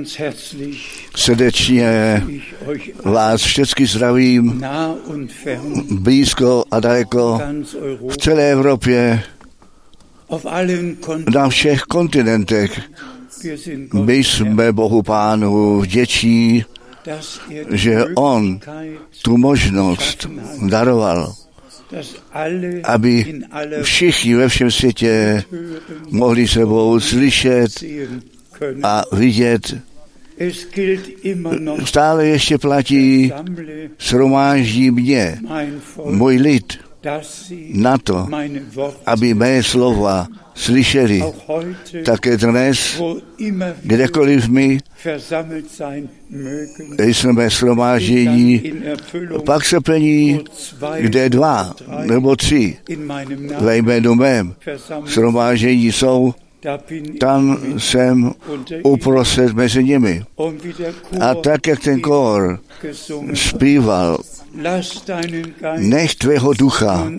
Srdečně vás všechny zdravím, blízko a daleko, v celé Evropě, na všech kontinentech. My jsme Bohu Pánu vděční, že On tu možnost daroval, aby všichni ve všem světě mohli sebou slyšet a vidět. Stále ještě platí, shromáždí mě, můj lid, na to, aby mé slova slyšeli. Také dnes, kdekoliv my jsme shromáždění, pak se plní, kde 2 nebo 3 ve jménu mém shromáždění jsou, tam jsem uprostřed mezi nimi. A tak, jak ten kór zpíval, nech tvého ducha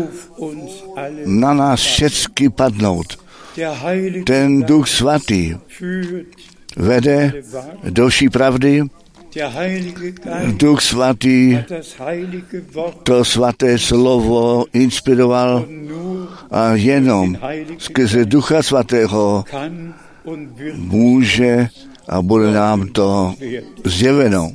na nás všechny padnout. Ten Duch Svatý vede do vší pravdy. Duch Svatý to svaté slovo inspiroval a jenom skrze Ducha Svatého může a bude nám to zjeveno,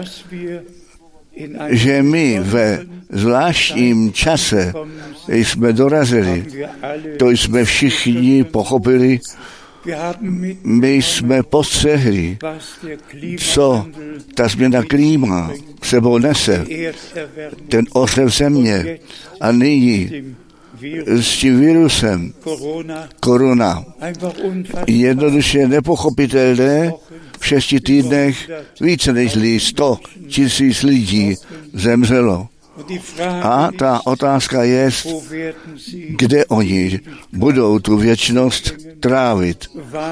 že my ve zvláštním čase jsme dorazili. To jsme všichni pochopili. My jsme postřehli, co ta změna klíma sebou nese, ten ohřev země. A nyní s tím virusem korona jednoduše nepochopitelné. V 6 týdnech více než 100 000 lidí zemřelo. A ta otázka je, kde oni budou tu věčnost trávit.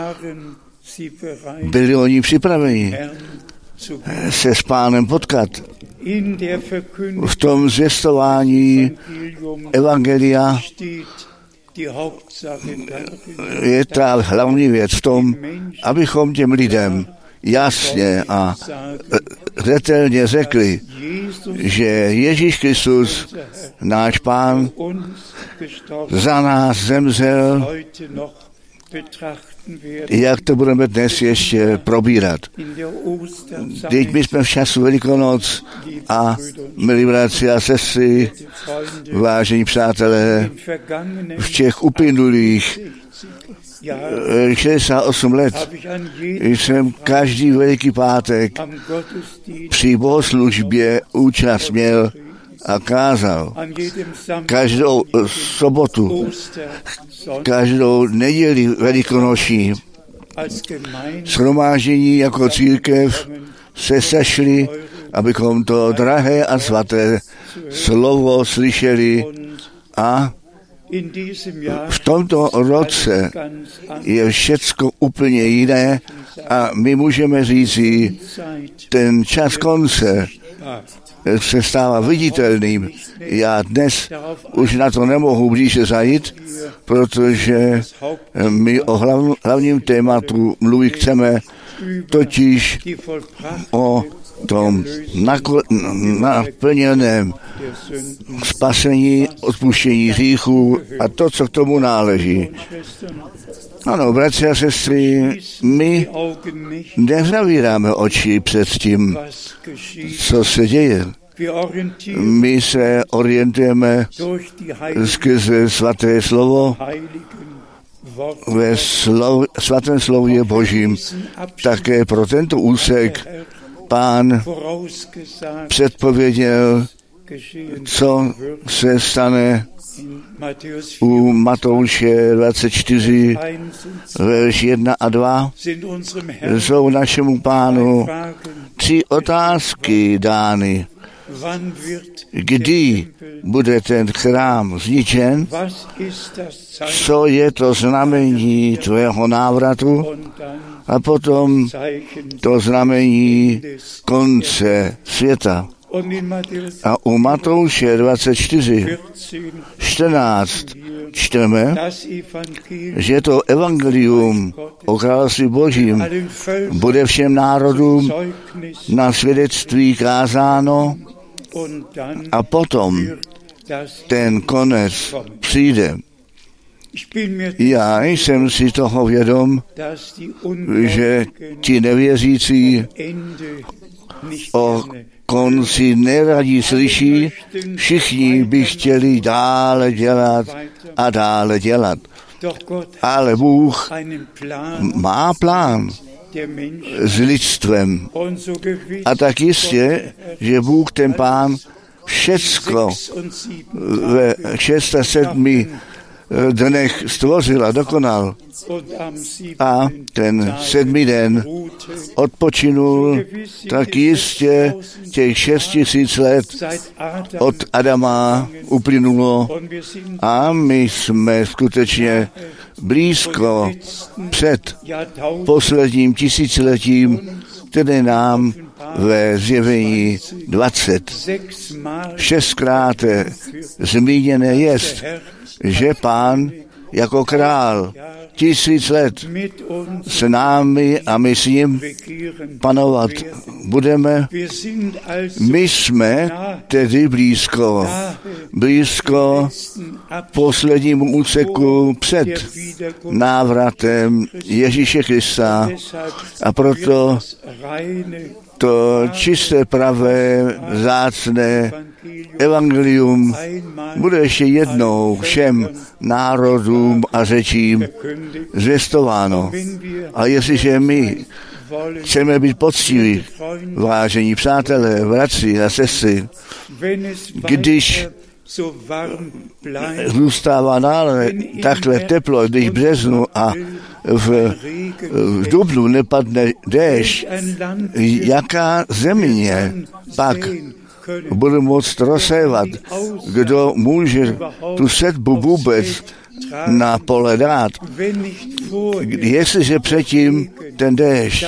Byli oni připraveni se s Pánem potkat. V tom zvěstování evangelia je ta hlavní věc v tom, abychom těm lidem jasně a zřetelně řekli, že Ježíš Kristus, náš Pán, za nás zemřel, jak to budeme dnes ještě probírat. Teď my jsme v času Velikonoc a milí bratři a sestry, vážení přátelé, v těch uplynulých 68 let jsem každý Veliký pátek při bohoslužbě účast měl a kázal. Každou sobotu, každou neděli velikonoční shromáždění jako církev se sešli, abychom to drahé a svaté slovo slyšeli. A v tomto roce je všecko úplně jiné a my můžeme říci, ten čas konce se stává viditelným. Já dnes už na to nemohu blíže zajít, protože my o hlavním tématu mluvit chceme, totiž o tom naplněném spasení, odpuštění hříchů a to, co k tomu náleží. Ano, bratři a sestry, my nezavíráme oči před tím, co se děje. My se orientujeme skrze svaté slovo ve svatém slově Božím. Také pro tento úsek Pán předpověděl, co se stane u Matouše 24, verš 1 a 2. Jsou našemu Pánu 3 otázky dány. Kdy bude ten chrám zničen? Co je to znamení tvého návratu? A potom to znamení konce světa. A u Matouše 24:14 čteme, že to evangelium o království Božím bude všem národům na svědectví kázáno a potom ten konec přijde. Já jsem si toho vědom, že ti nevěřící o konci neradi slyší, všichni by chtěli dále dělat a dále dělat. Ale Bůh má plán s lidstvem. A tak jistě, že Bůh ten plán všecko ve 6 a 7 dnech stvořil a dokonal. A ten 7. den odpočinul, tak jistě těch 6 000 let od Adama uplynulo a my jsme skutečně blízko před posledním tisíciletím, které nám ve Zjevení 20 6krát zmíněné jest, že Pán jako král 1000 let s námi a my s ním panovat budeme. My jsme tedy blízko poslednímu úseku před návratem Ježíše Krista a proto to čisté, pravé, vzácné evangelium bude ještě jednou všem národům a řečím zvěstováno. A jestliže my chceme být poctiví, vážení přátelé, bratři a sestry, když zůstává dále takhle teplo, když v březnu a v dubnu nepadne déšť, jaká země pak bude moct rozsévat, kdo může tu setbu vůbec na pole dát, jestliže předtím ten déšť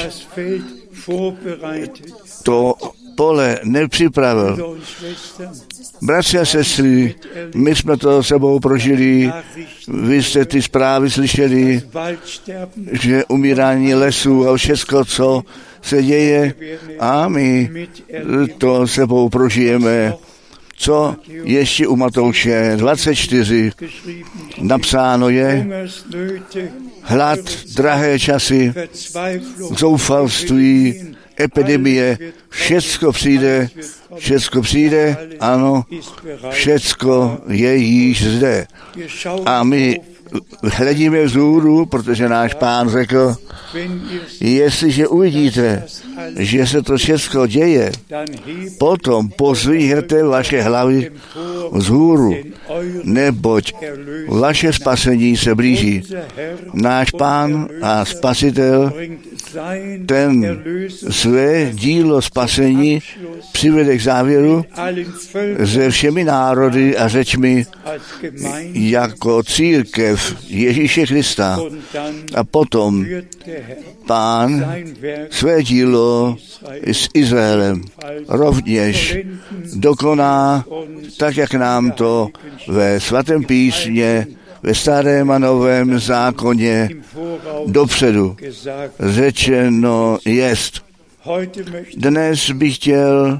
to pole nepřipravil. Bratři a sestry, my jsme to sebou prožili, vy jste ty zprávy slyšeli, že umírání lesů a všechno, co se děje, a my to sebou prožijeme. Co ještě u Matouše 24 napsáno je: hlad, drahé časy, zoufalství, epidemie, všecko přijde, ano, všecko je již zde. A my hledíme vzhůru, protože náš Pán řekl, jestliže uvidíte, že se to všecko děje, potom pozvíhejte vaše hlavy vzhůru, neboť vaše spasení se blíží. Náš Pán a Spasitel, ten své dílo spasení přivede k závěru se všemi národy a řečmi jako církev Ježíše Krista. A potom Pán své dílo s Izraelem rovněž dokoná, tak jak nám to ve svatém písmě, ve starém a novém zákoně dopředu řečeno jest. Dnes bych chtěl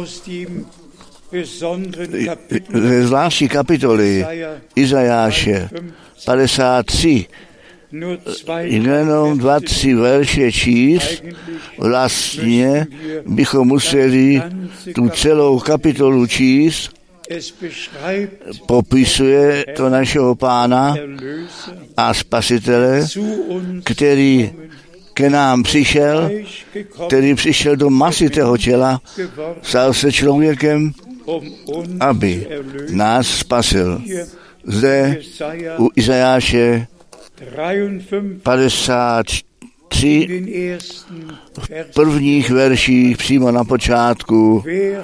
ze zvláštní kapitoly Izajáše 53 jenom 2-3 verše číst. Vlastně bychom museli tu celou kapitolu číst. Popisuje to našeho Pána a Spasitele, který ke nám přišel, který přišel do masitého těla, stal se člověkem, aby nás spasil. Zde u Izajáše 53 v prvních verších přímo na počátku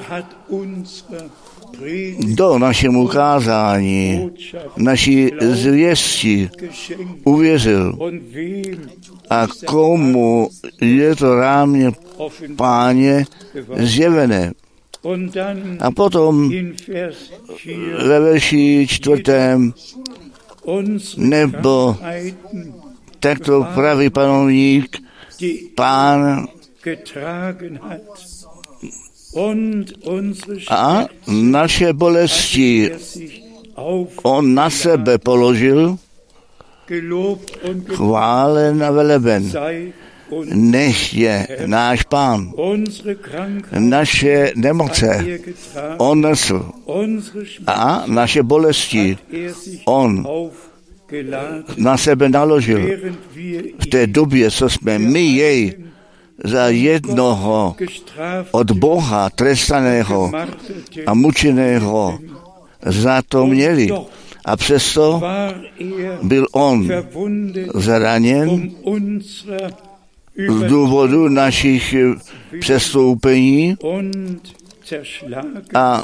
do našemu kázání, naší zvěsti uvěřil. A komu je to rámě Páně zjevené. A potom ve verši 4. Nebo takto praví panovník, Pán a naše bolesti on na sebe položil, chválen a veleben. Nech je náš Pán. Naše nemoce on nesl a naše bolesti on na sebe naložil. V té době, co jsme my jej za jednoho od Boha trestaného a mučeného za to měli. A přesto byl on zraněn z důvodu našich přestoupení a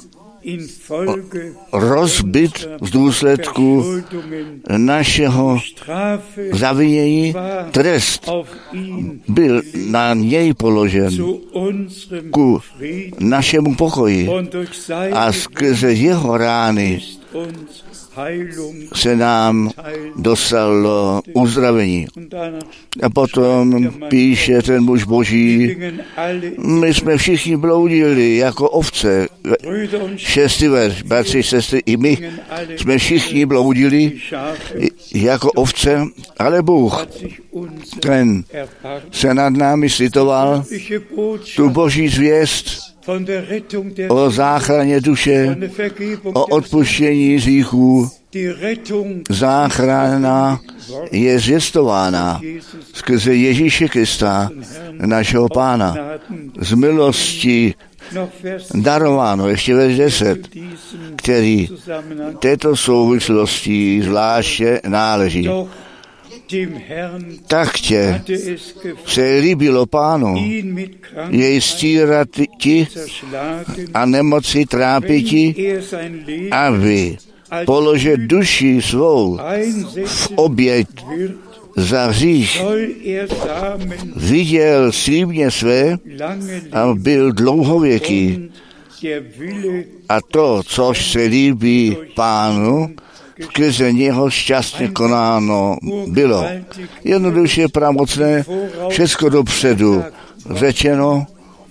rozbit z důsledku našeho zavinění. Trest byl na něj položen ku našemu pokoji a skrze jeho rány se nám dostalo uzdravení. A potom píše ten muž Boží, my jsme všichni bloudili jako ovce. 6. verš, bratři, sestry, i my jsme všichni bloudili jako ovce, ale Bůh, ten se nad námi slitoval, tu Boží zvěst o záchraně duše, o odpuštění hříchů. Záchrana je zvěstována skrze Ježíše Krista, našeho Pána. Z milosti darováno, ještě verš 10, který této souvislosti zvláště náleží. Tak tě se líbilo Pánu jej stírati a nemoci trápiti, aby položil duši svou v oběť za hřích, viděl slíbně své a byl dlouhověký. A to, což se líbí Pánu, skrze něho šťastně konáno bylo. Jednoduše pravomocné, všecko dopředu řečeno,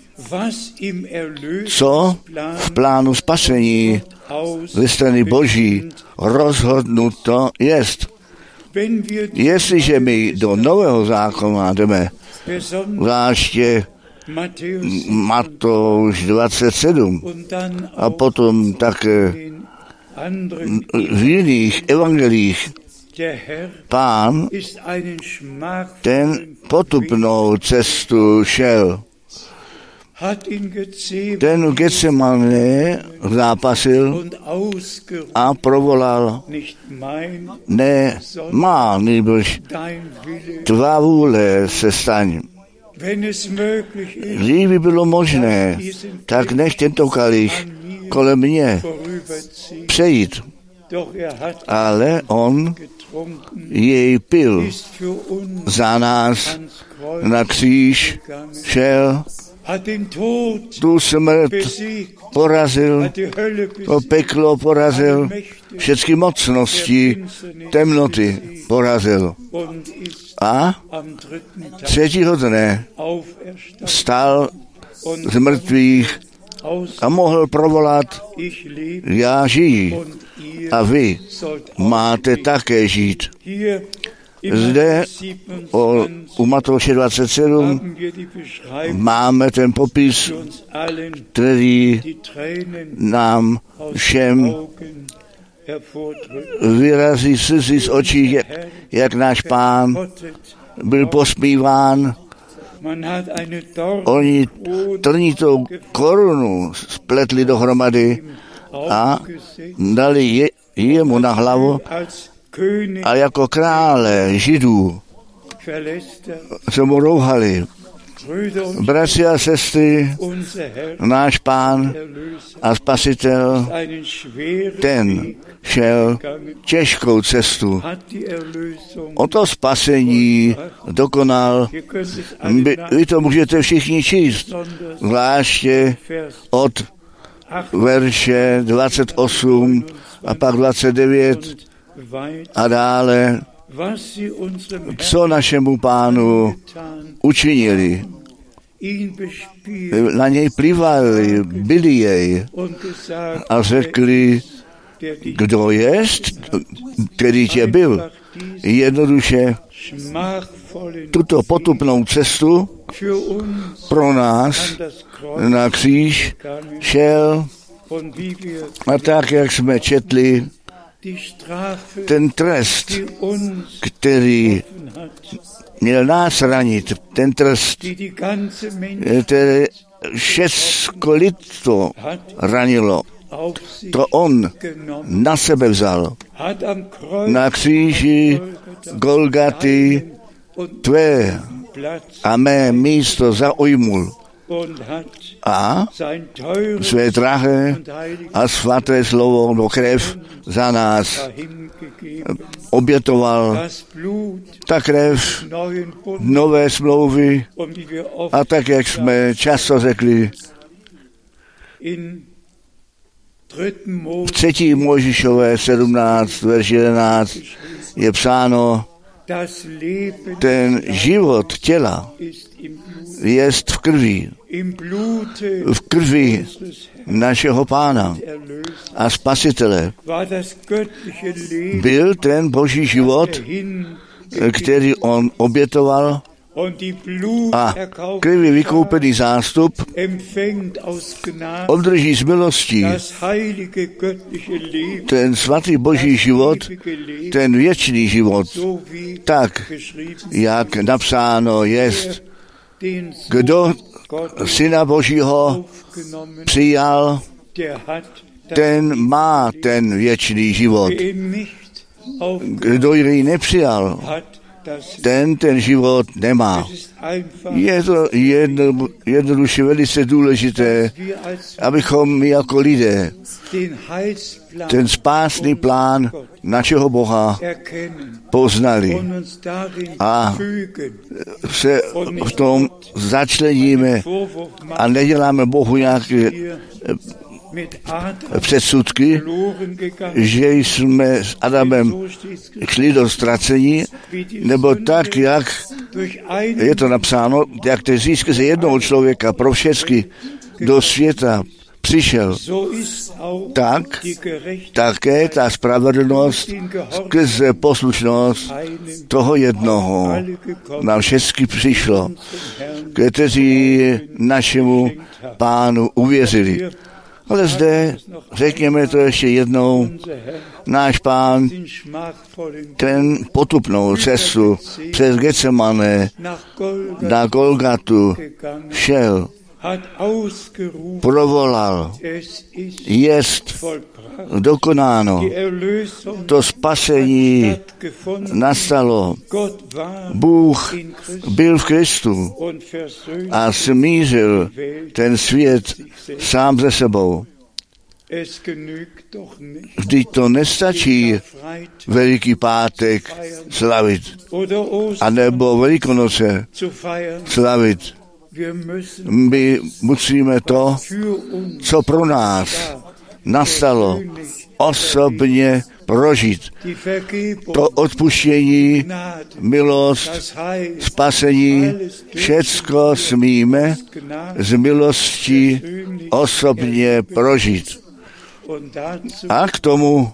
co v plánu spasení ze strany Boží rozhodnuto jest. Jestliže my do Nového zákona jdeme, zvláště Matouš 27 a potom také v jiných evangelích, Pán ten potupnou cestu šel. Ten v Getsemane zápasil a provolal, ne má, nýbrž tvá vůle se staň. Kdyby bylo možné, tak nech tento kalich kolem mě přejít. Ale on jej pil. Za nás na kříž šel, tu smrt porazil, to peklo porazil, všechny mocnosti temnoty porazil. A 3. dne vstal z mrtvých a mohl provolat, já žiji a vy máte také žít. Zde u Matouše 27 máme ten popis, který nám všem vyrazí slzy z očí, jak náš Pán byl posmíván. Oni trnitou korunu spletli dohromady a dali jemu na hlavu a jako krále Židů se mu rouhali. Bratři a sestry, náš Pán a Spasitel, ten šel těžkou cestu. O to spasení dokonal. Vy to můžete všichni číst, zvláště od verše 28 a pak 29 a dále, co našemu Pánu učinili. Na něj plivali, byli jej a řekli, kdo jest, který tě byl. Jednoduše tuto potupnou cestu pro nás na kříž šel a tak, jak jsme četli, ten trest, který měl nás ranit, ten trest, který všecko lidstvo ranilo, to on na sebe vzal. Na kříži Golgaty tvé a mé místo zaujmul a své drahé a svaté slovo do krev za nás obětoval. Ta krev nové smlouvy a tak, jak jsme často řekli, v 3. Mojžišové 17, verš 11 je psáno, ten život těla jest v krvi našeho Pána a Spasitele. Byl ten boží život, který on obětoval a krvi vykoupený zástup obdrží z milostí ten svatý boží život, ten věčný život, tak, jak napsáno jest, kdo Syna Božího přijal, ten má ten věčný život. Kdo jej nepřijal, ten život nemá. Je to jednoduše velice důležité, abychom my jako lidé ten spásný plán našeho Boha poznali a se v tom začleníme a neděláme Bohu nějaké předsudky, že jsme s Adamem šli do ztracení, nebo tak, jak je to napsáno, jak to získá se jednoho člověka pro všechny do světa přišel, tak také ta spravedlnost skrze poslušnost toho jednoho na všechny přišlo, kteří našemu Pánu uvěřili. Ale zde řekněme to ještě jednou, náš Pán ten potupnou cestu přes Getsemane na Golgatu šel, provolal, jest dokonáno, to spasení nastalo, Bůh byl v Kristu a smířil ten svět sám ze sebou. Vždyť to nestačí Veliký pátek slavit, anebo Velikonoce slavit. My musíme to, co pro nás nastalo, osobně prožít. To odpuštění, milost, spasení, všecko smíme z milosti osobně prožít. A k tomu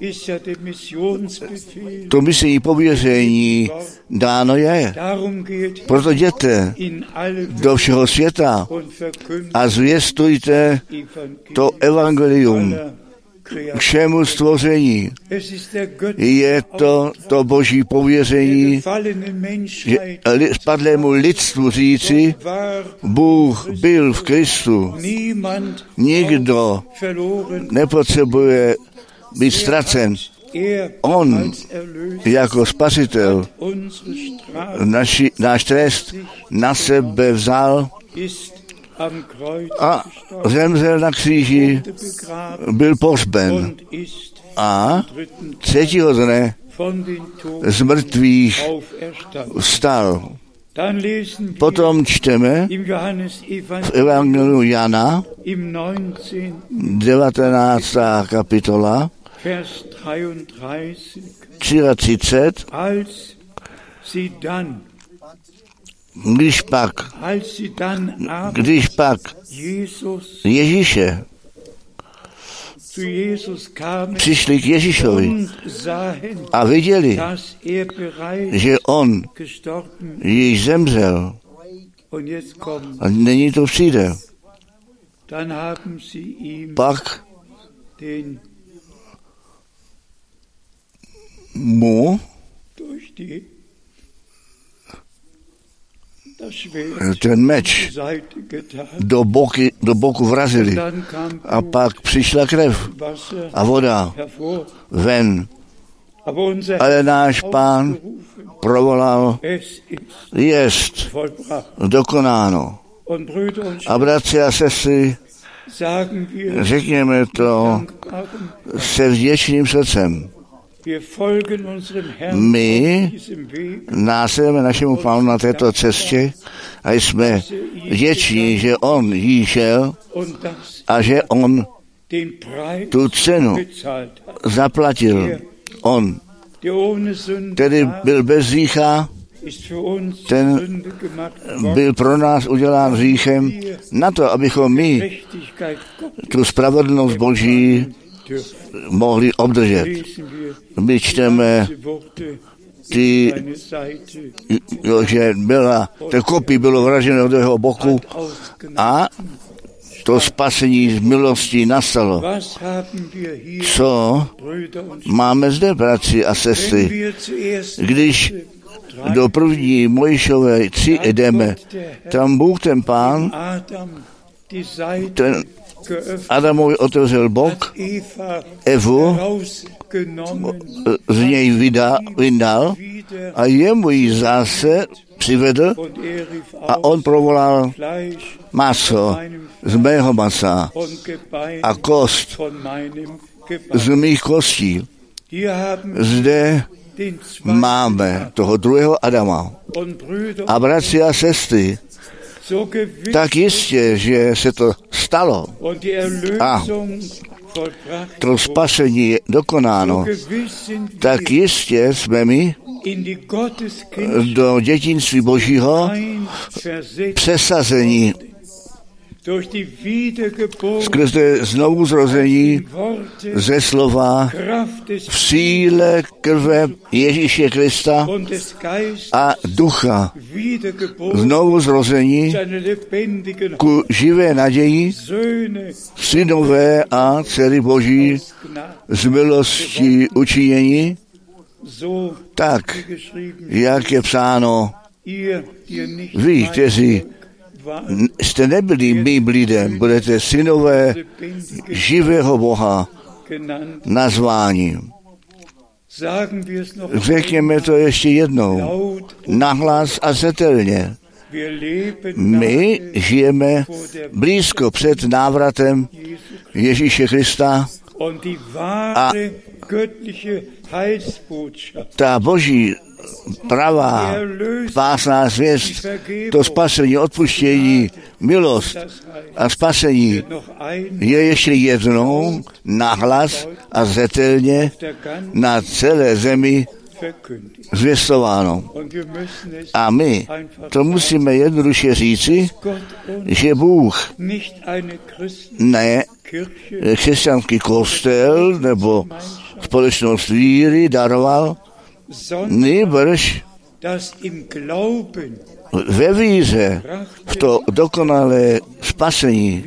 to misijní pověření dáno je. Proto jděte do všeho světa a zvěstujte to evangelium všemu stvoření. Je to boží pověření, že spadlému lidstvu říci, Bůh byl v Kristu. Nikdo nepotřebuje být ztracen. On jako spasitel náš trest na sebe vzal a zemřel na kříži, byl pohřben a 3. dne z mrtvých vstal. Potom čteme v Evangeliu Jana, 19. kapitola, 33, když pak Ježíše přišli k Ježíšovi a viděli, že on již zemřel a nyní to přijde. Pak mu ten meč do boku vrazili a pak přišla krev a voda ven. Ale náš Pán provolal, jest dokonáno. A bratři a sestry, řekněme to se vděčným srdcem. My následujeme našemu Pánu na této cestě a jsme vděční, že on jí šel a že on tu cenu zaplatil. On, který byl bez hřícha, ten byl pro nás udělán hříchem na to, abychom my tu spravedlnost Boží mohli obdržet. My čteme že ten kopí bylo vraženo do jeho boku a to spasení z milostí nastalo. Co máme zde, bratři a sestry? Když do první Mojžíšové 3 jdeme, tam Bůh, ten Pán, ten Adamovi otevřel bok, Evu z něj vyndal a jemu ji zase přivedl a on provolal maso z mého masa a kost z mých kostí. Zde máme toho druhého Adama. A bratři a sestry, tak jistě, že se to stalo a to spasení je dokonáno, tak jistě jsme my do dětinství Božího přesazení skrze znovu zrození ze slova v síle krve Ježíše Krista a ducha znovu zrození ku živé naději, synové a dcery Boží z milosti učinění, tak, jak je psáno, vy, kteří jste nebyli mým lidem, budete synové živého Boha nazváni. Řekněme to ještě jednou, nahlas a zřetelně. My žijeme blízko před návratem Ježíše Krista a ta Boží pravá spásná zvěst, to spasení, odpuštění, milost a spasení je ještě jednou nahlas a zřetelně na celé zemi zvěstováno. A my to musíme jednoduše říci, že Bůh ne křesťanský kostel nebo společnost víry daroval, nýbrž ve víře v to dokonalé spasení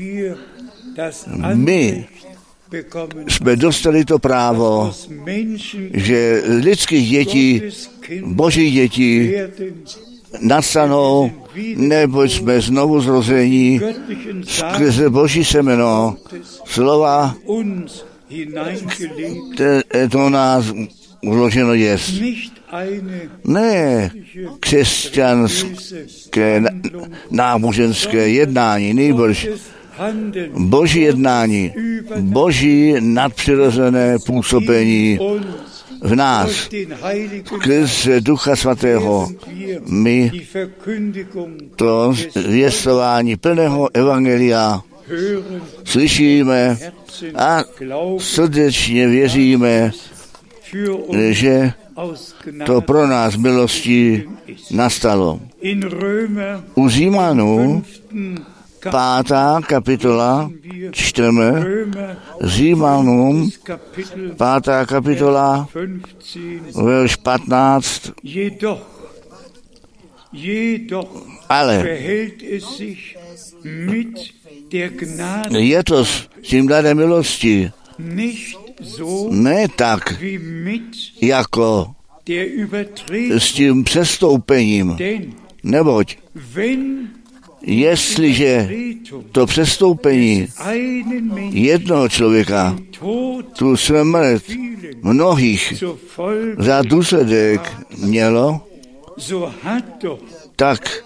my jsme dostali to právo, že lidských dětí, Božích dětí nastanou, neboť jsme znovu zrození skrze Boží semeno, slova, to nás uloženo jest. Ne křesťanské náboženské jednání, nýbrž Boží jednání, Boží nadpřirozené působení v nás. Skrze Ducha Svatého my to zvěstování plného evangelia slyšíme a srdečně věříme, že to pro nás milostí nastalo. U Římanů 5. kapitola čteme, Římanům 5. kapitola, verš 15, ale je to s tím darem milosti ne tak, jako s tím přestoupením, neboť jestliže to přestoupení jednoho člověka, tu smrt mnohých za důsledek mělo, tak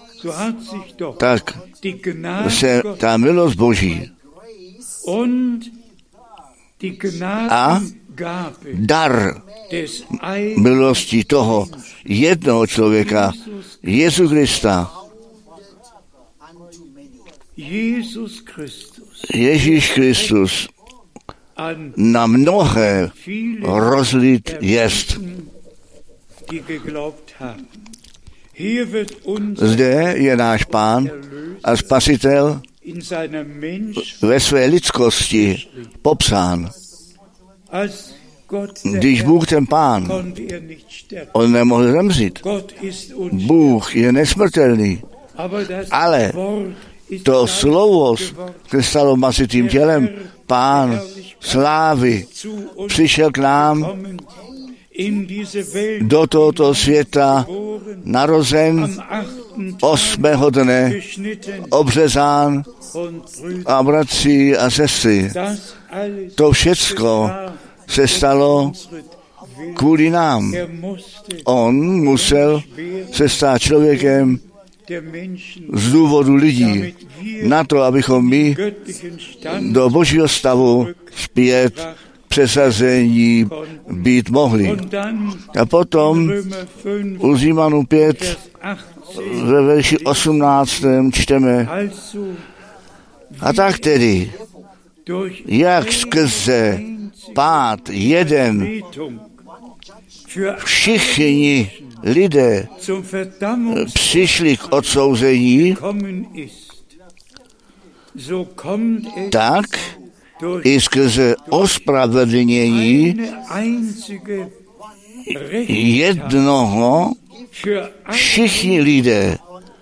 se ta milost Boží a dar milosti toho jednoho člověka, Jezu Krista, Ježíš Kristus na mnohé rozlit jest. Zde je náš Pán a Spasitel ve své lidskosti popsán. Když Bůh ten Pán, on nemohl zemřít. Bůh je nesmrtelný, ale to slovo se stalo masitým tělem. Pán slávy přišel k nám do tohoto světa, narozen 8. dne, obřezán a bratři a sestry. To všecko se stalo kvůli nám. On musel se stát člověkem z důvodu lidí, na to, abychom my do Božího stavu zpět přesazení být mohli. A potom u Římanů 5 ve verši 18 čteme: a tak tedy, jak skrze pád jeden všichni lidé přišli k odsouzení, tak i skrze ospravedlnění jednoho všichni lidé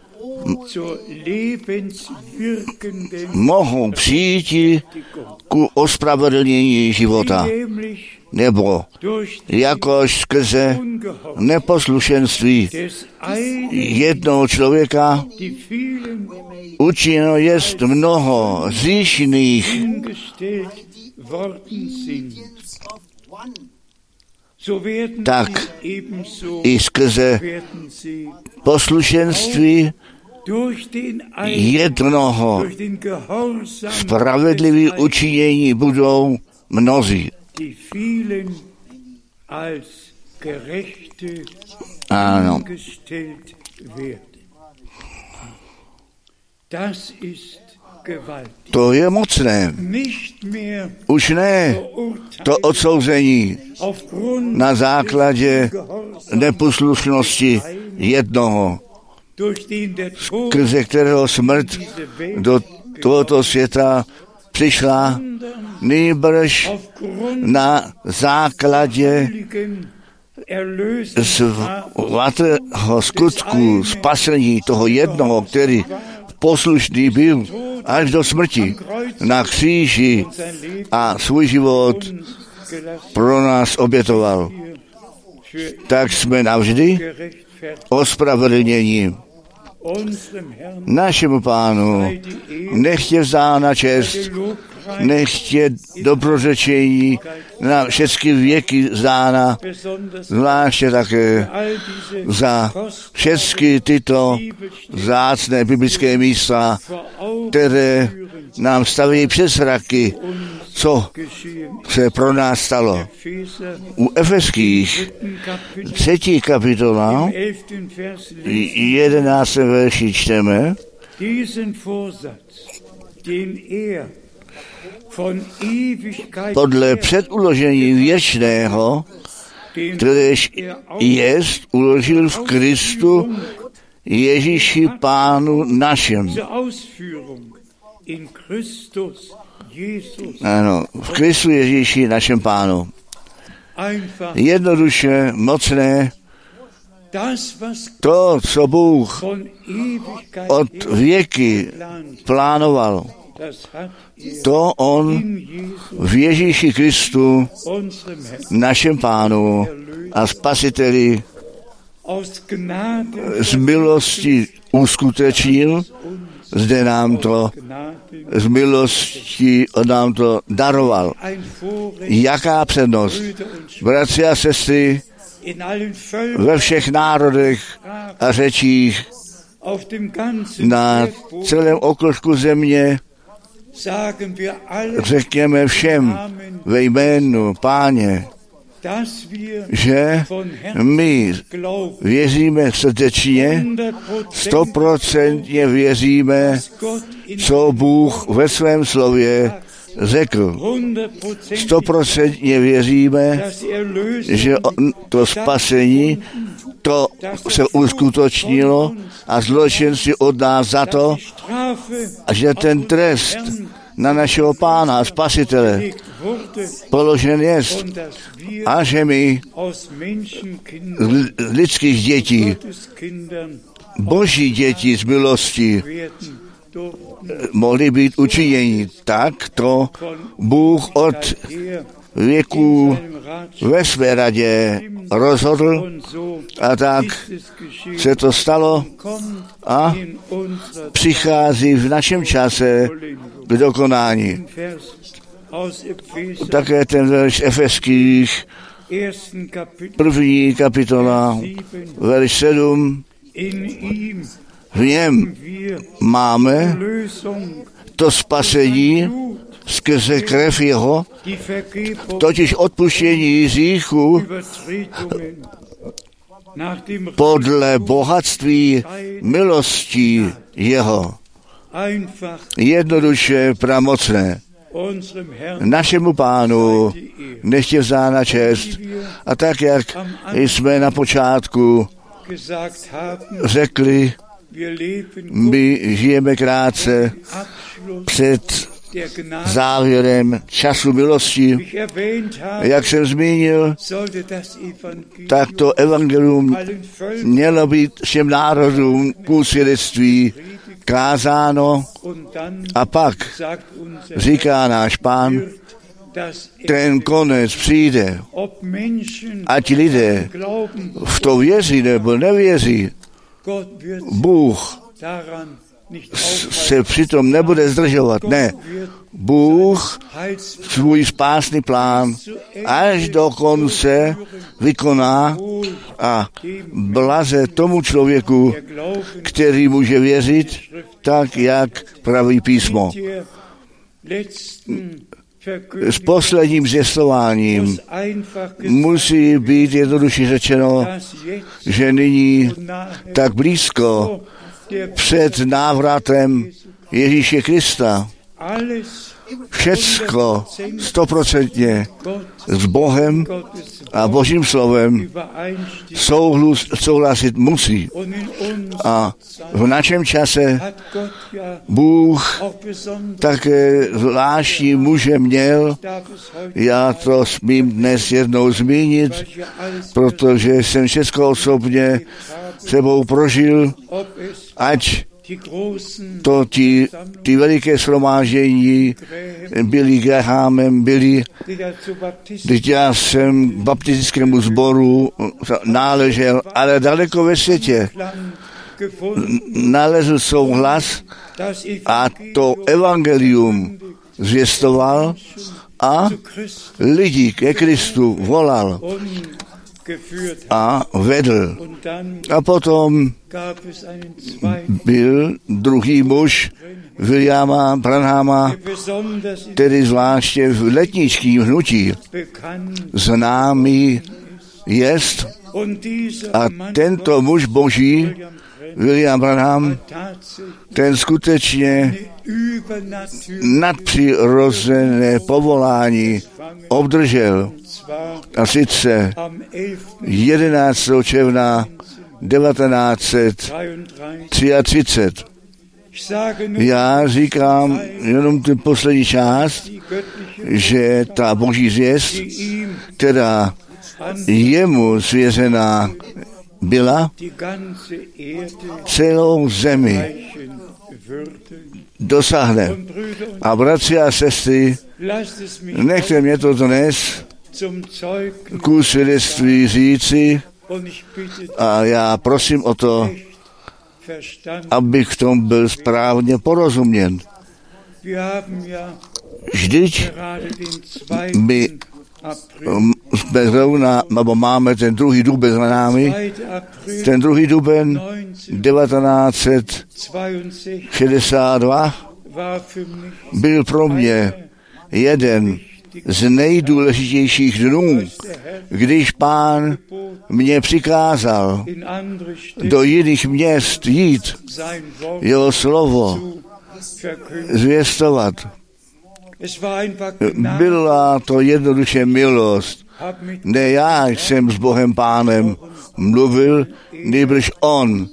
mohou přijít ku ospravedlnění života, nebo jakož skrze neposlušenství jednoho člověka učiněno jest mnoho hříšných, tak i skrze poslušenství jednoho spravedlivý učinění budou mnozí. Ano. To je mocné. Už ne to odsouzení na základě neposlušnosti jednoho, skrze kterého smrt do tohoto světa přišla, nýbrž na základě svatého skutku spasení toho jednoho, který poslušný byl až do smrti na kříži a svůj život pro nás obětoval. Tak jsme navždy ospravedlněni. Našemu Pánu nechť je vzána čest, nechť je dobrořečení na všechny věky vzána, zvláště také za všechny tyto vzácné biblické místa, které nám staví přes zraky co se pro nás stalo. U Efeských 3. kapitola 11. verši čteme: podle předuložení věčného, kteréž jest uložil v Kristu Ježíši Pánu našem. Ano, v Kristu Ježíši našem Pánu. Jednoduše, mocné, to, co Bůh od věky plánoval, to on v Ježíši Kristu, našem Pánu a Spasiteli, z milosti uskutečnil, zde nám to z milosti nám to daroval. Jaká přednost, bratři a sestry, ve všech národech a řečích na celém okružku země řekněme všem ve jménu Páně, že my věříme srdečně, 100% věříme, co Bůh ve svém slově řekl. 100% věříme, že to spasení, to se uskutečnilo a zločinci od nás za to, a že ten trest na našeho Pána a Spasitele položen jest, a že my z lidských dětí, Boží děti z milosti, mohli být učiněni. Tak to Bůh od věků ve své radě rozhodl a tak se to stalo a přichází v našem čase k dokonání. Také ten verš Efeských, 1. kapitola, verš 7, v něm máme to spasení skrze krev jeho, totiž odpuštění hříchů podle bohatství milostí jeho. Jednoduše pramocné. Našemu Pánu nechtě vzána čest. A tak, jak jsme na počátku řekli, my žijeme krátce před závěrem času milosti. Jak jsem zmínil, tak to evangelium mělo být všem národům ku svědectví kázáno a pak říká náš Pán, ten konec přijde. Ať lidé v to věří nebo nevěří, Bůh se přitom nebude zdržovat. Ne. Bůh svůj spásný plán až do konce vykoná a blaze tomu člověku, který může věřit tak, jak praví písmo. S posledním zjistováním musí být jednoduše řečeno, že nyní tak blízko před návratem Ježíše Krista všecko 100% s Bohem a Božím slovem souhlasit musí. A v našem čase Bůh také zvláštní muže měl, já to smím dnes jednou zmínit, protože jsem všechno osobně sebou prožil, ať to ty veliké shromáždění byli Grahamem, když já jsem k baptistickému sboru náležel, ale daleko ve světě nalezl souhlas a to evangelium zvěstoval a lidi ke Kristu volal. a vedl. A potom byl druhý muž Williama Branhama, který zvláště v letničním hnutí známý jest. A tento muž boží, William Branham, ten skutečně nadpřirozené povolání obdržel. A sice 11. června 1933. Já říkám jenom tu poslední část, že ta boží zvěst, která jemu svěřená byla, celou zemi dosáhne. A bratři a sestry, nechte mě to dnes ku svědectví říci a já prosím o to, abych v tom byl správně porozuměn. Vždyť my máme ten 2. duben za námi, ten 2. duben 1962 byl pro mě jeden z nejdůležitějších dnů, když Pán mě přikázal do jiných měst jít, jeho slovo zvěstovat. Byla to jednoduše milost. Ne já jsem s Bohem Pánem mluvil, nýbrž on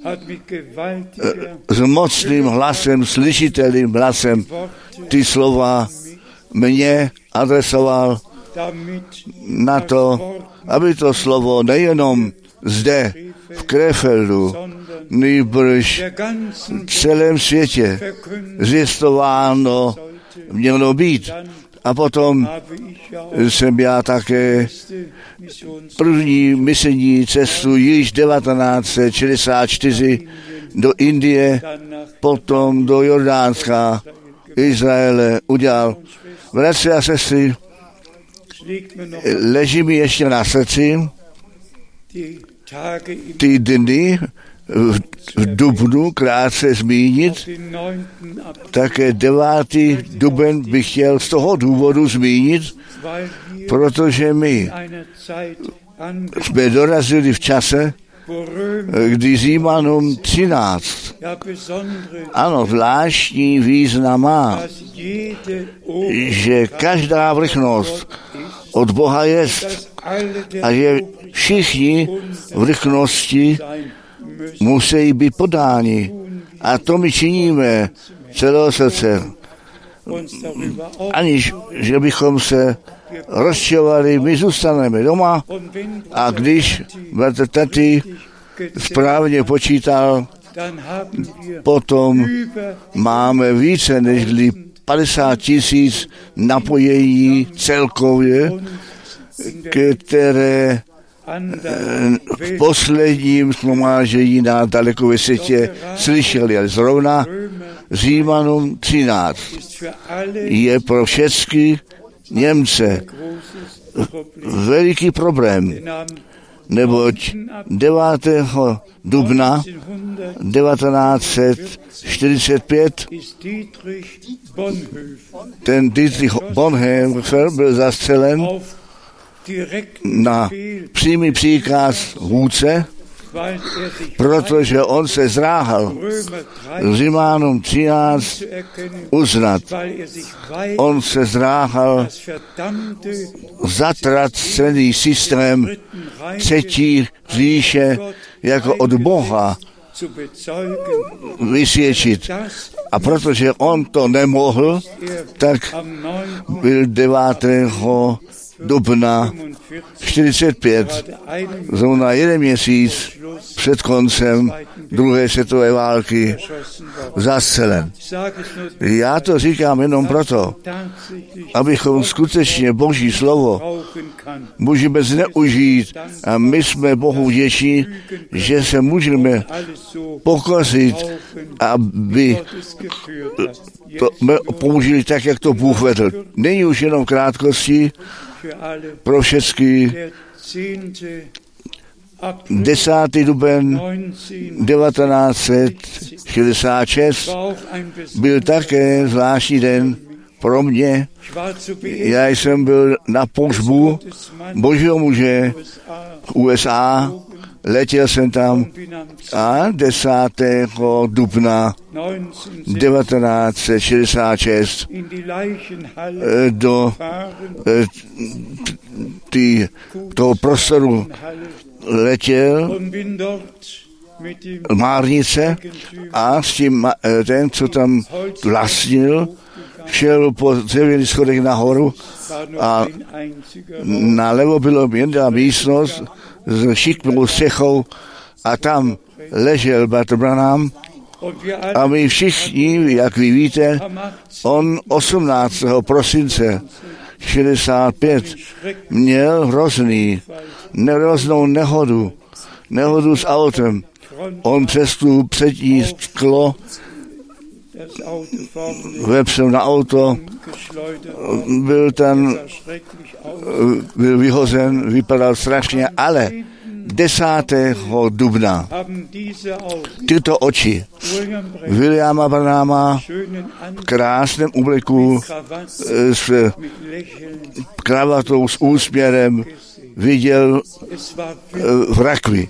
s mocným hlasem, slyšitelným hlasem ty slova mě adresoval na to, aby to slovo nejenom zde v Krefeldu, nýbrž v celém světě zvěstováno mělo být. A potom jsem já také první misijní cestu již 1964 do Indie, potom do Jordánska, Izraele udělal. Bratři a sestry, leží mi ještě na srdci ty dny v dubnu krátce zmínit, také 9. duben bych chtěl z toho důvodu zmínit, protože my jsme dorazili v čase, kdy Římanům 13, ano, zvláštní význam má, že každá vrchnost od Boha jest a že všichni vrchnosti musí být podáni. A to my činíme celého srdce. Aniž, že bychom se rozčovali, my zůstaneme doma a když bratr Tati správně počítal, potom máme více než 50 000 napojení celkově, které v posledním shromáždění na daleko ve světě slyšeli, ale zrovna Římanům 13 je pro všechny Němce veliký problém, neboť 9. dubna 1945 ten Dietrich Bonhoeffer byl zastřelen na přímý příkaz vůdce, protože on se zdráhal Římanům 13 uznat. On se zdráhal zatracený systém třetí říše jako od Boha vysvědčit. A protože on to nemohl, tak byl 9. dubna 45, zrovna 1 měsíc před koncem druhé světové války zastřelen. Já to říkám jenom proto, abychom skutečně Boží slovo můžeme zneužít a my jsme Bohu vděční, že se můžeme pokořit, aby to použili tak, jak to Bůh vedl. Není už jenom krátkosti pro všechny 10. duben 1966 byl také zvláštní den pro mě. Já jsem byl na pohřbu Božího muže v USA, letěl jsem tam a 10. dubna 1966 do toho prostoru letěl Márnice a s tím ten, co tam vlastnil, šel po dřevěných schodech nahoru a nalevo bylo jedna místnost s šikmou střechou a tam ležel bratr Branham a my všichni, jak vy víte, on 18. prosince 65 měl hroznou nehodu s autem. On přes tu přední sklo vepřel na auto, byl vyhozen, vypadal strašně, ale 10. dubna tyto oči Williama Branhama v krásném obleku s kravatou s úsměrem viděl v rakvi.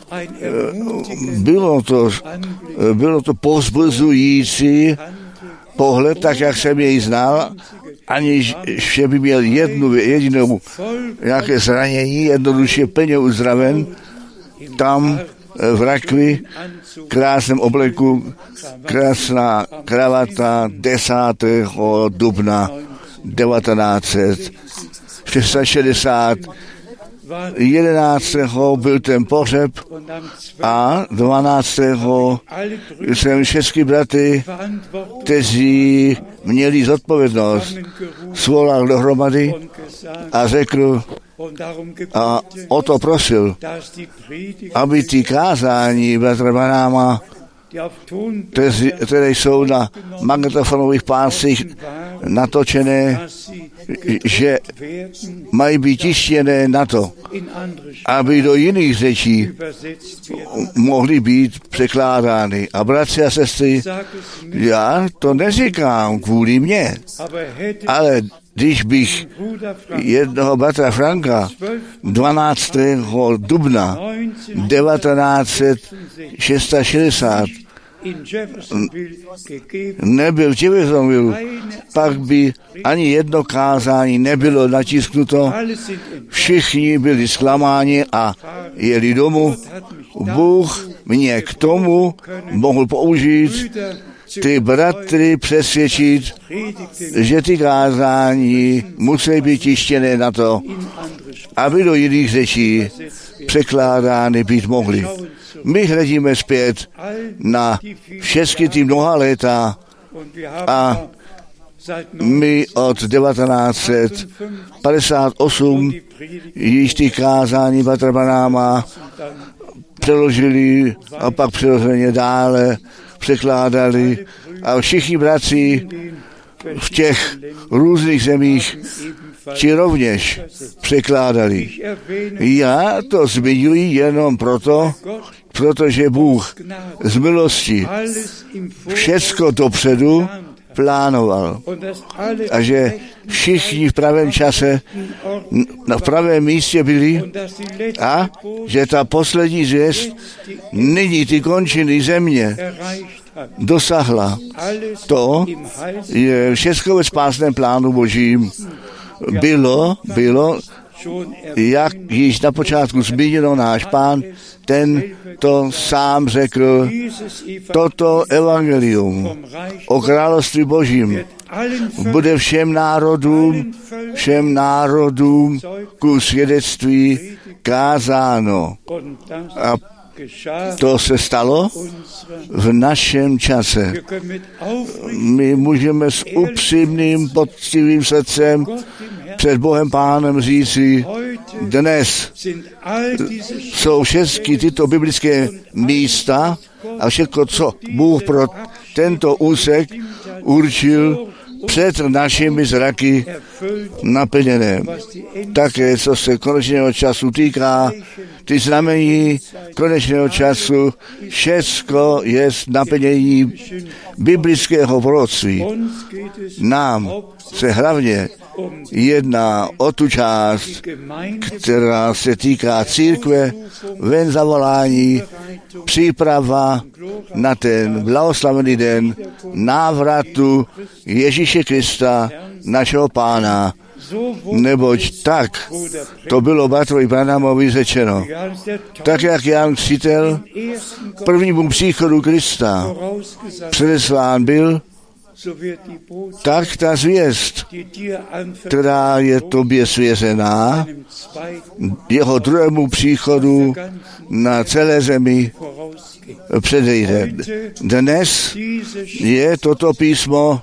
Bylo to povzbuzující pohled, tak jak jsem jej znal, aniž že by měl jedinou nějaké zranění, jednoduše plně uzdraven, tam v rakvi, krásném obleku, krásná kravata 10. dubna 1960. 11. byl ten pohřeb a 12. jsem všechny bratry, kteří měli zodpovědnost, svolal dohromady a řekl a o to prosil, aby ty kázání bratra Branhama, které jsou na magnetofonových pásích natočené, že mají být tištěné na to, aby do jiných řečí mohly být překládány. A bratři a sestry, já to neříkám kvůli mně, ale když bych jednoho bratra Franka 12. dubna 1966 nebyl v Jeffersonville, pak by ani jedno kázání nebylo natisknuto. Všichni byli zklamáni a jeli domů. Bůh mě k tomu mohl použít, ty bratry přesvědčit, že ty kázání musí být tištěné na to, aby do jiných řečí překládány být mohly. My hledíme zpět na všechny ty mnoha léta a my od 1958 již ty kázání bratra Branhama přeložili a pak přirozeně dále překládali a všichni bratři v těch různých zemích ti rovněž překládali. Já to zmiňuji jenom protože Bůh z milosti všecko dopředu plánoval a že všichni v pravém čase v pravém místě byli a že ta poslední zvěst nyní ty končiny země dosahla. To je všecko ve spásném plánu Božím. Bylo, jak již na počátku zmíněno náš Pán, ten to sám řekl, toto evangelium o království Božím bude všem národům ku svědectví kázáno. A to se stalo v našem čase. My můžeme s upřímným, poctivým srdcem před Bohem Pánem říci, dnes jsou všechny tyto biblické místa a všechno, co Bůh pro tento úsek určil, před našimi zraky naplněné. Také, co se konečného času týká, ty znamení konečného času, všecko je naplnění biblického proroctví. Nám se hlavně jedná o tu část, která se týká církve, ven zavolání, příprava na ten blahoslavený den návratu Ježíše Krista, našeho Pána. Neboť tak to bylo bratrovi Branhamovi řečeno. Tak, jak Jan Křtitel prvnímu příchodu Krista předeslán byl, tak ta zvěst, která je tobě svěřená, jeho druhému příchodu na celé zemi předejde. Dnes je toto písmo,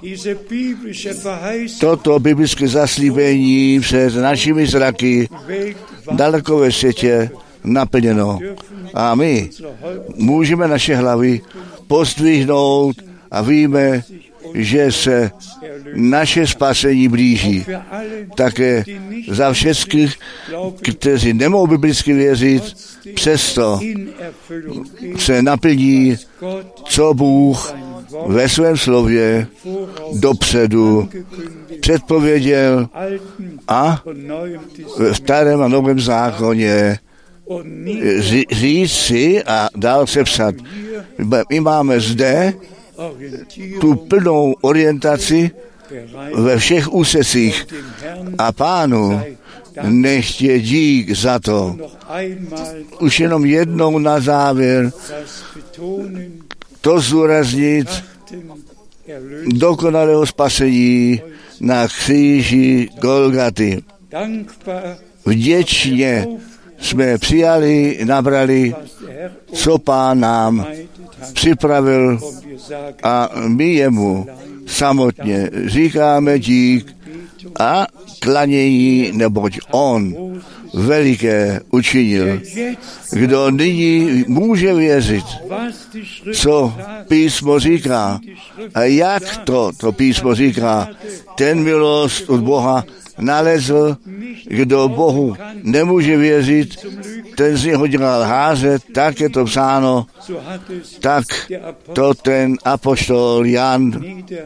toto biblické zaslíbení před našimi zraky daleko ve světě naplněno. A my můžeme naše hlavy pozdvihnout a víme, že se naše spasení blíží. Také za všech, kteří nemohou biblicky věřit, přesto se naplní, co Bůh ve svém slově dopředu předpověděl a v Starém a Novém zákoně říct si a dál sepsat. My máme zde tu plnou orientaci ve všech úsecích a Pánu nechť je dík za to. Už jenom jednou na závěr to zdůraznit dokonalého spasení na kříži Golgaty. Vděčně jsme přijali, nabrali, co Pán nám připravil a my jemu samotně říkáme dík a klanění, neboť on veliké učinil. Kdo nyní může věřit, co písmo říká a jak to písmo říká, ten milost od Boha nalezl. Kdo Bohu nemůže věřit, ten z něho dělal házet, tak je to psáno, tak to ten apoštol Jan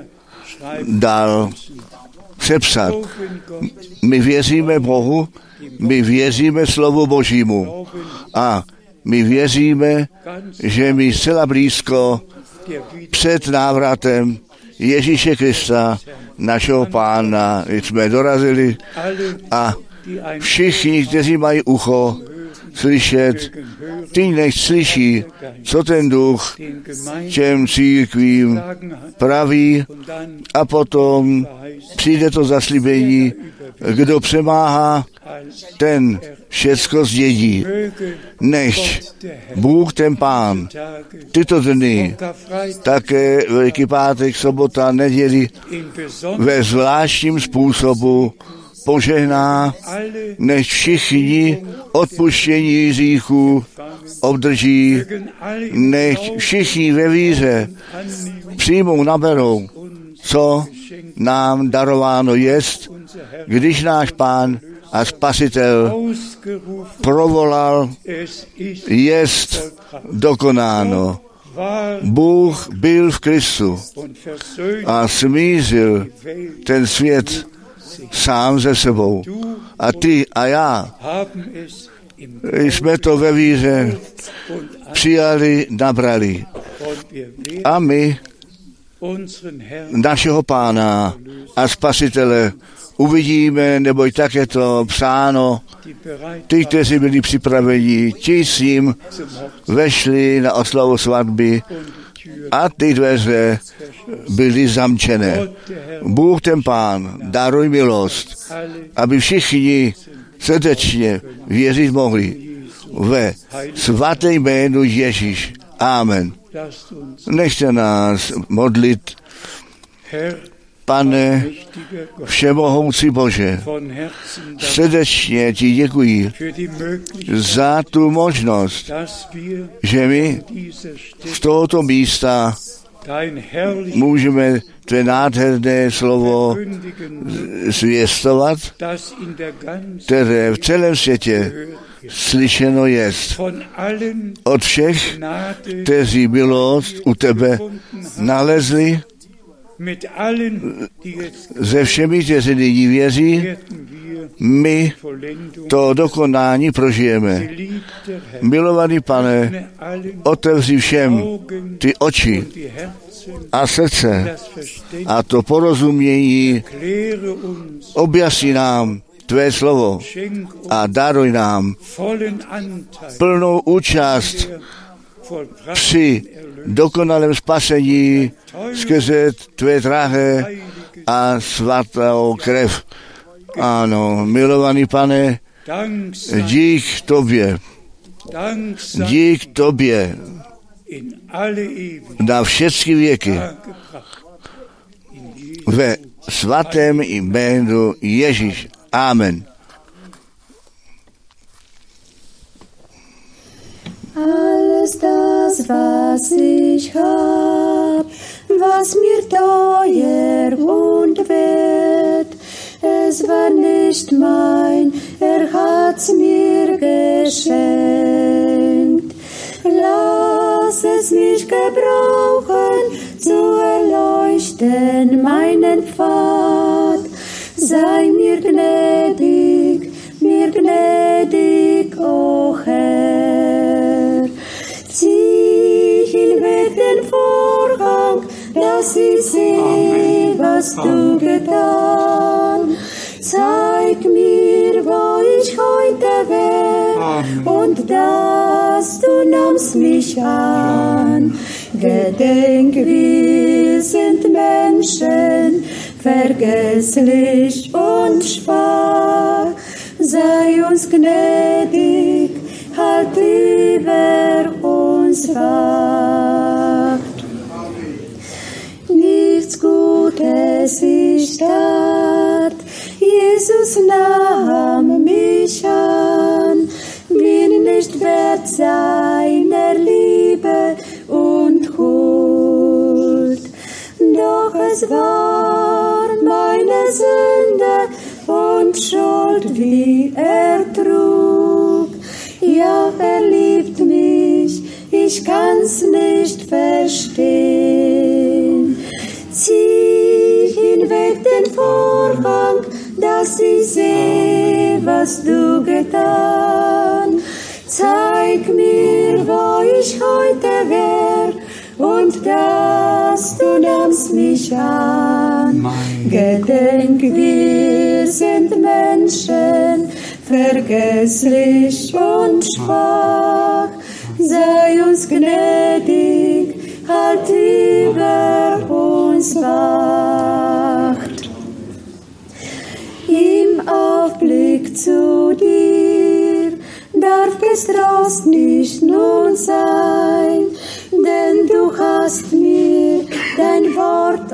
dal sepsat. My věříme Bohu, my věříme slovu Božímu a my věříme, že my zcela blízko před návratem Ježíše Krista, našeho Pána, jsme dorazili a všichni, kteří mají ucho slyšet, ty nechť slyší, co ten duch těm církvím praví a potom přijde to zaslíbení, kdo přemáhá, ten všecko zdědí. Nechť Bůh ten Pán tyto dny, také Velký pátek, sobota, neděli ve zvláštním způsobu požehná, než všichni odpuštění hříchů obdrží, nech všichni ve víře přijmou, naberou, co nám darováno jest, když náš Pán a Spasitel provolal, jest dokonáno. Bůh byl v Kristu a smířil ten svět sám ze sebou. A ty a já jsme to ve víře přijali, nabrali. A my našeho Pána a Spasitele uvidíme, neboť tak je to psáno, ty, kteří byli připraveni, ti s ním vešli na oslavu svatby a ty dveře byly zamčené. Bůh ten Pán, daruj milost, aby všichni srdečně věřit mohli ve svaté jménu Ježíš. Amen. Nechte nás modlit. Pane, všemohoucí Bože, srdečně ti děkuji za tu možnost, že my z tohoto místa můžeme tvé nádherné slovo zvěstovat, které v celém světě slyšeno jest. Od všech, kteří milost u tebe nalezli, ze všemi, kteří nyní věří, my to dokonání prožijeme. Milovaný Pane, otevři všem ty oči a srdce a to porozumění, objasni nám tvé slovo a daruj nám plnou účast při dokonalém spasení skrze tvé drahé a svatou krev. Ano, milovaný Pane, dík tobě na všechny věky ve svatém jménu Ježíš. Amen. Alles das, was ich hab, was mir teuer und wert, es war nicht mein, hat's mir geschenkt. Lass es mich gebrauchen, zu erleuchten meinen Pfad. Sei mir gnädig, o Herr. Zieh hinweg den Vorhang, dass ich sehe, was du getan. Zeig mir, wo ich heute wär, und dass du nahmst mich an. Gedenk, wir sind Menschen, vergesslich und schwach. Sei uns gnädig, halt über uns Wacht. Nichts Gutes ich tat, Jesus nahm mich an, bin nicht wert seiner Liebe und Huld. Doch es war meine Sünde und Schuld, wie trug. Ja, liebt mich, ich kann's nicht verstehen. Zieh hinweg den Vorhang, dass ich seh, was du getan. Zeig mir, wo ich heute wär, und dass du nahmst mich an. Gedenk, wir sind Menschen, vergesslich und schwach. Sei uns gnädig, halt über uns Wacht. Im Aufblick zu dir darf Trost nicht nun sein, denn du hast mir dein Wort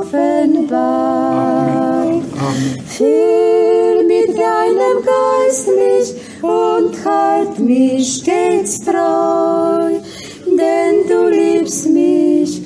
offenbart. Füll mit deinem Geist mich und halt mich stets treu, denn du liebst mich,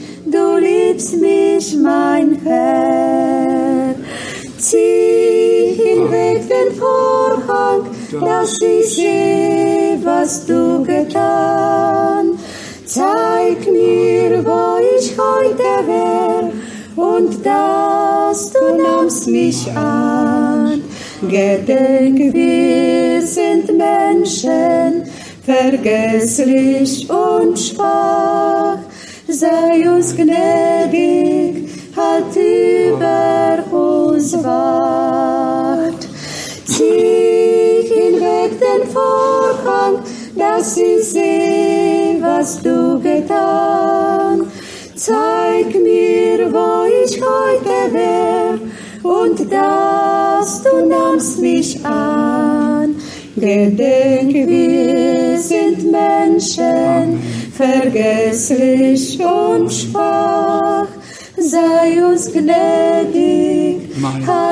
mein Herr. Zieh hinweg den Vorhang, dass ich seh, was du getan. Zeig mir, wo ich heute wär, und dass du nahmst mich an. Gedenk, wir sind Menschen, vergesslich und schwach. Sei uns gnädig, halt über uns Wacht. Zieh hinweg den Vorhang, dass ich seh, was du getan. Zeig mir, wo ich heute wär, und dass du nahmst mich an. Gedenk, wir sind Menschen, vergesslich und schwach. Sei uns gnädig,